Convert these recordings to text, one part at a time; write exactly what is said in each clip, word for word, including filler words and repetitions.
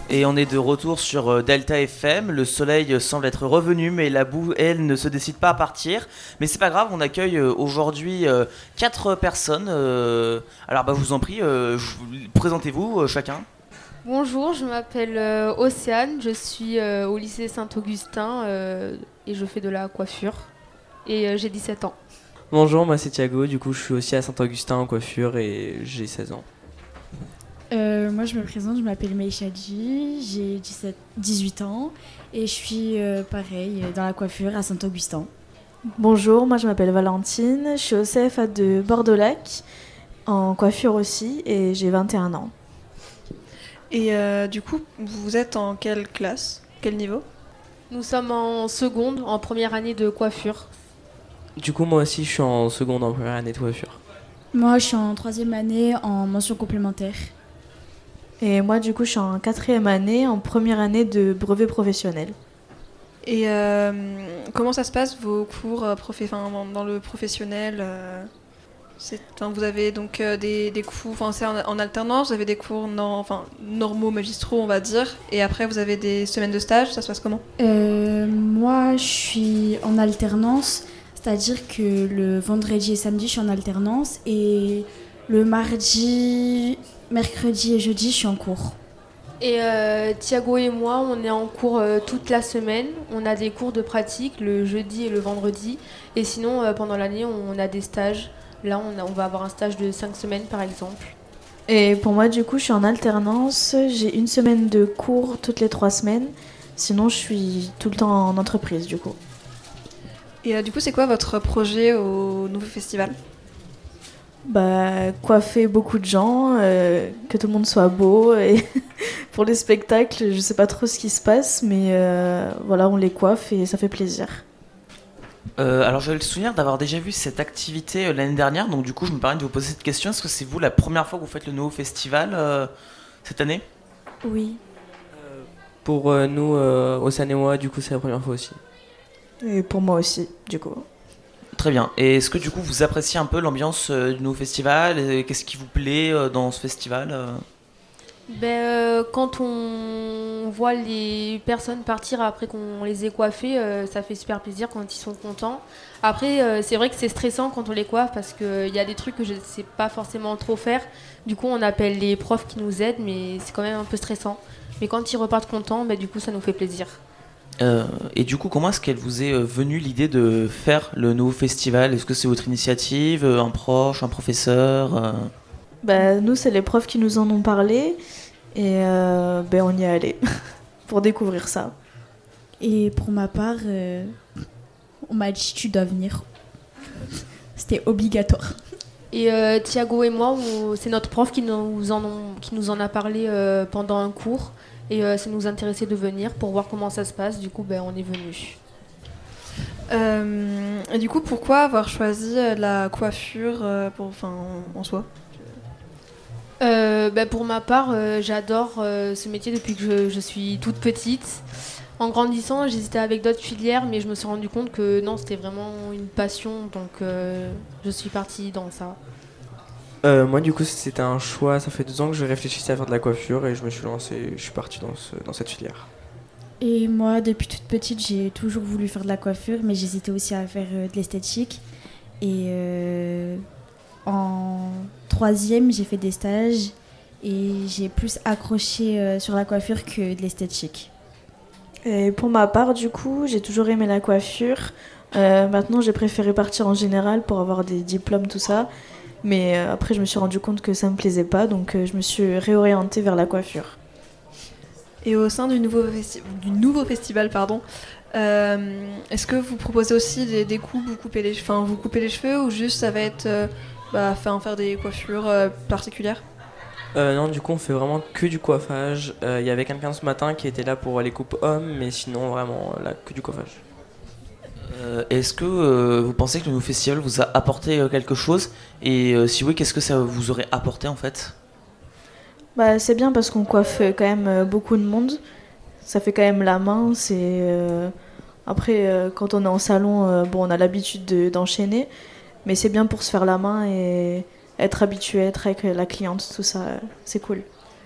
Et on est de retour sur euh, Delta F M. Le soleil semble être revenu, mais la boue, elle, ne se décide pas à partir. Mais c'est pas grave, on accueille euh, aujourd'hui euh, quatre personnes. Euh, alors, bah, je vous en prie, euh, je- présentez-vous euh, chacun. Bonjour, je m'appelle euh, Océane, je suis euh, au lycée Saint-Augustin euh, et je fais de la coiffure et euh, j'ai dix-sept ans. Bonjour, moi c'est Thiago, du coup je suis aussi à Saint-Augustin en coiffure et j'ai seize ans. Euh, moi je me présente, je m'appelle Meishadji, j'ai dix-sept, dix-huit ans et je suis euh, pareil dans la coiffure à Saint-Augustin. Bonjour, moi je m'appelle Valentine, je suis au C F A de Bordeaux-Lac, en coiffure aussi, et j'ai vingt et un ans. Et euh, du coup, vous êtes en quelle classe? Quel niveau? Nous sommes en seconde, en première année de coiffure. Du coup moi aussi je suis en seconde en première année de coiffure. Moi je suis en troisième année en mention complémentaire. Et moi du coup je suis en quatrième année, en première année de brevet professionnel. Et euh, comment ça se passe vos cours euh, profé- enfin, dans- dans le professionnel euh, c'est, enfin, vous avez donc euh, des, des cours, enfin, c'est en, en alternance, vous avez des cours nor- enfin, normaux, magistraux on va dire, et après vous avez des semaines de stage, ça se passe comment? Euh, moi je suis en alternance, c'est-à-dire que le vendredi et samedi je suis en alternance et le mardi, mercredi et jeudi je suis en cours. Et euh, Thiago et moi, on est en cours euh, toute la semaine. On a des cours de pratique le jeudi et le vendredi. Et sinon, euh, pendant l'année, on a des stages. Là, on, a- on va avoir un stage de cinq semaines par exemple. Et pour moi du coup je suis en alternance, j'ai une semaine de cours toutes les trois semaines, sinon je suis tout le temps en entreprise du coup. Et euh, du coup, c'est quoi votre projet au nouveau festival? Bah, coiffer beaucoup de gens, euh, que tout le monde soit beau. Et pour les spectacles, je sais pas trop ce qui se passe, mais euh, voilà, on les coiffe et ça fait plaisir. Euh, alors, j'avais le souvenir d'avoir déjà vu cette activité euh, l'année dernière, donc du coup, je me permets de vous poser cette question. Est-ce que c'est vous la première fois que vous faites le nouveau festival euh, cette année? Oui. Pour euh, nous, euh, Océane et moi, du coup c'est la première fois aussi. Et pour moi aussi, du coup. Très bien. Et est-ce que du coup, vous appréciez un peu l'ambiance euh, du nouveau festival? Et qu'est-ce qui vous plaît euh, dans ce festival euh Ben, euh, quand on voit les personnes partir après qu'on les ait coiffées, euh, ça fait super plaisir quand ils sont contents. Après, euh, c'est vrai que c'est stressant quand on les coiffe parce qu'il y a des trucs que je ne sais pas forcément trop faire. Du coup, on appelle les profs qui nous aident, mais c'est quand même un peu stressant. Mais quand ils repartent contents, ben, du coup, ça nous fait plaisir. Euh, et du coup, comment est-ce qu'elle vous est euh, venue l'idée de faire le nouveau festival? Est-ce que c'est votre initiative, euh, un proche, un professeur euh Bah, nous, c'est les profs qui nous en ont parlé, et euh, ben, on y est allé pour découvrir ça. Et pour ma part, euh, on m'a dit tu dois venir. C'était obligatoire. Et euh, Thiago et moi, on- c'est notre prof qui nous en, ont- qui nous en a parlé euh, pendant un cours. Et euh, ça nous intéressait de venir pour voir comment ça se passe. Du coup, ben, on est venus. Euh, et du coup, pourquoi avoir choisi euh, la coiffure euh, pour, enfin, en, en soi? Euh, ben, pour ma part, euh, j'adore euh, ce métier depuis que je, je suis toute petite. En grandissant, j'hésitais avec d'autres filières, mais je me suis rendu compte que non, c'était vraiment une passion. Donc, euh, je suis partie dans ça. Euh, moi du coup c'était un choix, ça fait deux ans que je réfléchissais à faire de la coiffure et je me suis lancé, je suis parti dans, ce, dans cette filière. Et moi, depuis toute petite, j'ai toujours voulu faire de la coiffure, mais j'hésitais aussi à faire euh, de l'esthétique. Et euh, en troisième, j'ai fait des stages et j'ai plus accroché euh, sur la coiffure que de l'esthétique. Et pour ma part, du coup, j'ai toujours aimé la coiffure. Euh, maintenant, j'ai préféré partir en général pour avoir des diplômes, tout ça. Mais euh, après, je me suis rendu compte que ça me plaisait pas, donc euh, je me suis réorientée vers la coiffure. Et au sein du nouveau, festi- du nouveau festival, pardon, euh, est-ce que vous proposez aussi des, des coupes, vous coupez les, enfin, vous coupez les cheveux ou juste ça va être euh, bah, faire, faire des coiffures euh, particulières? Euh, non du coup on fait vraiment que du coiffage. Il euh, y avait quelqu'un ce matin qui était là pour les coupes hommes, mais sinon vraiment là que du coiffage. Euh, Est-ce que euh, vous pensez que le nouveau festival vous a apporté euh, quelque chose? Et euh, si oui, qu'est-ce que ça vous aurait apporté en fait? Bah, c'est bien parce qu'on coiffe euh, quand même euh, beaucoup de monde. Ça fait quand même la main. C'est euh, Après, euh, quand on est en salon, euh, bon, on a l'habitude de- d'enchaîner, mais c'est bien pour se faire la main et être habitué, être avec la cliente, tout ça, euh, c'est cool.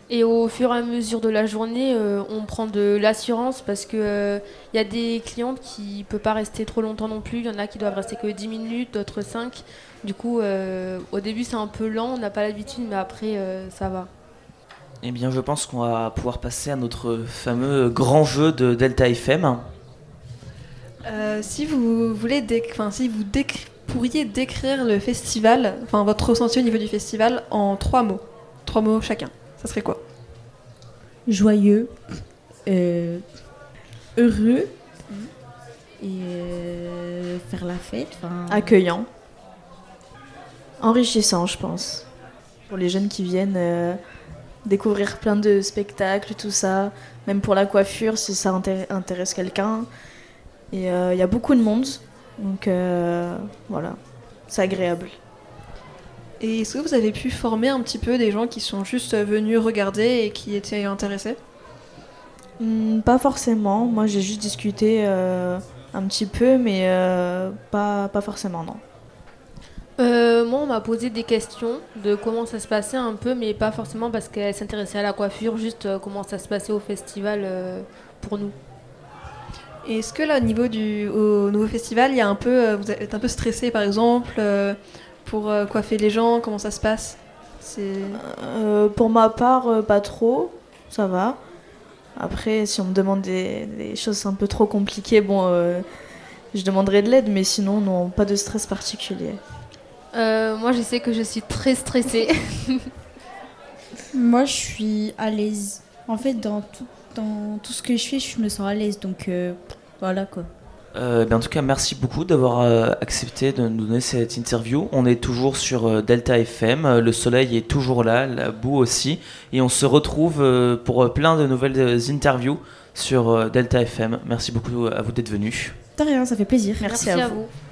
Et au fur et à mesure de la journée, euh, on prend de l'assurance parce qu'il euh, y a des clientes qui ne peuvent pas rester trop longtemps non plus. Il y en a qui doivent rester que dix minutes, d'autres cinq. Du coup, euh, au début, c'est un peu lent, on n'a pas l'habitude, mais après, euh, ça va. Eh bien, je pense qu'on va pouvoir passer à notre fameux grand jeu de Delta F M. Euh, si vous voulez, déc- enfin, si vous déc- pourriez décrire le festival, enfin votre ressenti au niveau du festival en trois mots, trois mots chacun, ça serait quoi? Joyeux, euh, heureux et euh, faire la fête. 'fin, Accueillant. Enrichissant, je pense. Pour les jeunes qui viennent euh, découvrir plein de spectacles, tout ça. Même pour la coiffure, si ça inté- intéresse quelqu'un. Et il euh, y a beaucoup de monde. Donc euh, voilà, c'est agréable. Et est-ce que vous avez pu former un petit peu des gens qui sont juste venus regarder et qui étaient intéressés? Hmm, pas forcément. Moi, j'ai juste discuté euh, un petit peu, mais euh, pas, pas forcément, non. Euh, moi, on m'a posé des questions de comment ça se passait un peu, mais pas forcément parce qu'elle s'intéressait à la coiffure, juste euh, comment ça se passait au festival euh, pour nous. Et est-ce que là, au niveau du au nouveau festival, il y a un peu, euh, vous êtes un peu stressé par exemple euh, pour euh, coiffer les gens? Comment ça se passe? C'est... Euh, pour ma part, euh, pas trop. Ça va. Après, si on me demande des, des choses un peu trop compliquées, bon, euh, je demanderai de l'aide, mais sinon, non, pas de stress particulier. Euh, moi, je sais que je suis très stressée. Moi, je suis à l'aise. En fait, dans tout, dans tout ce que je fais, je me sens à l'aise. Donc, euh, voilà quoi. Euh, ben, en tout cas, merci beaucoup d'avoir euh, accepté de nous donner cette interview. On est toujours sur euh, Delta F M, euh, le soleil est toujours là, la boue aussi, et on se retrouve euh, pour euh, plein de nouvelles euh, interviews sur euh, Delta F M. Merci beaucoup à vous d'être venus. De rien, ça fait plaisir. Merci, Merci à à vous. vous.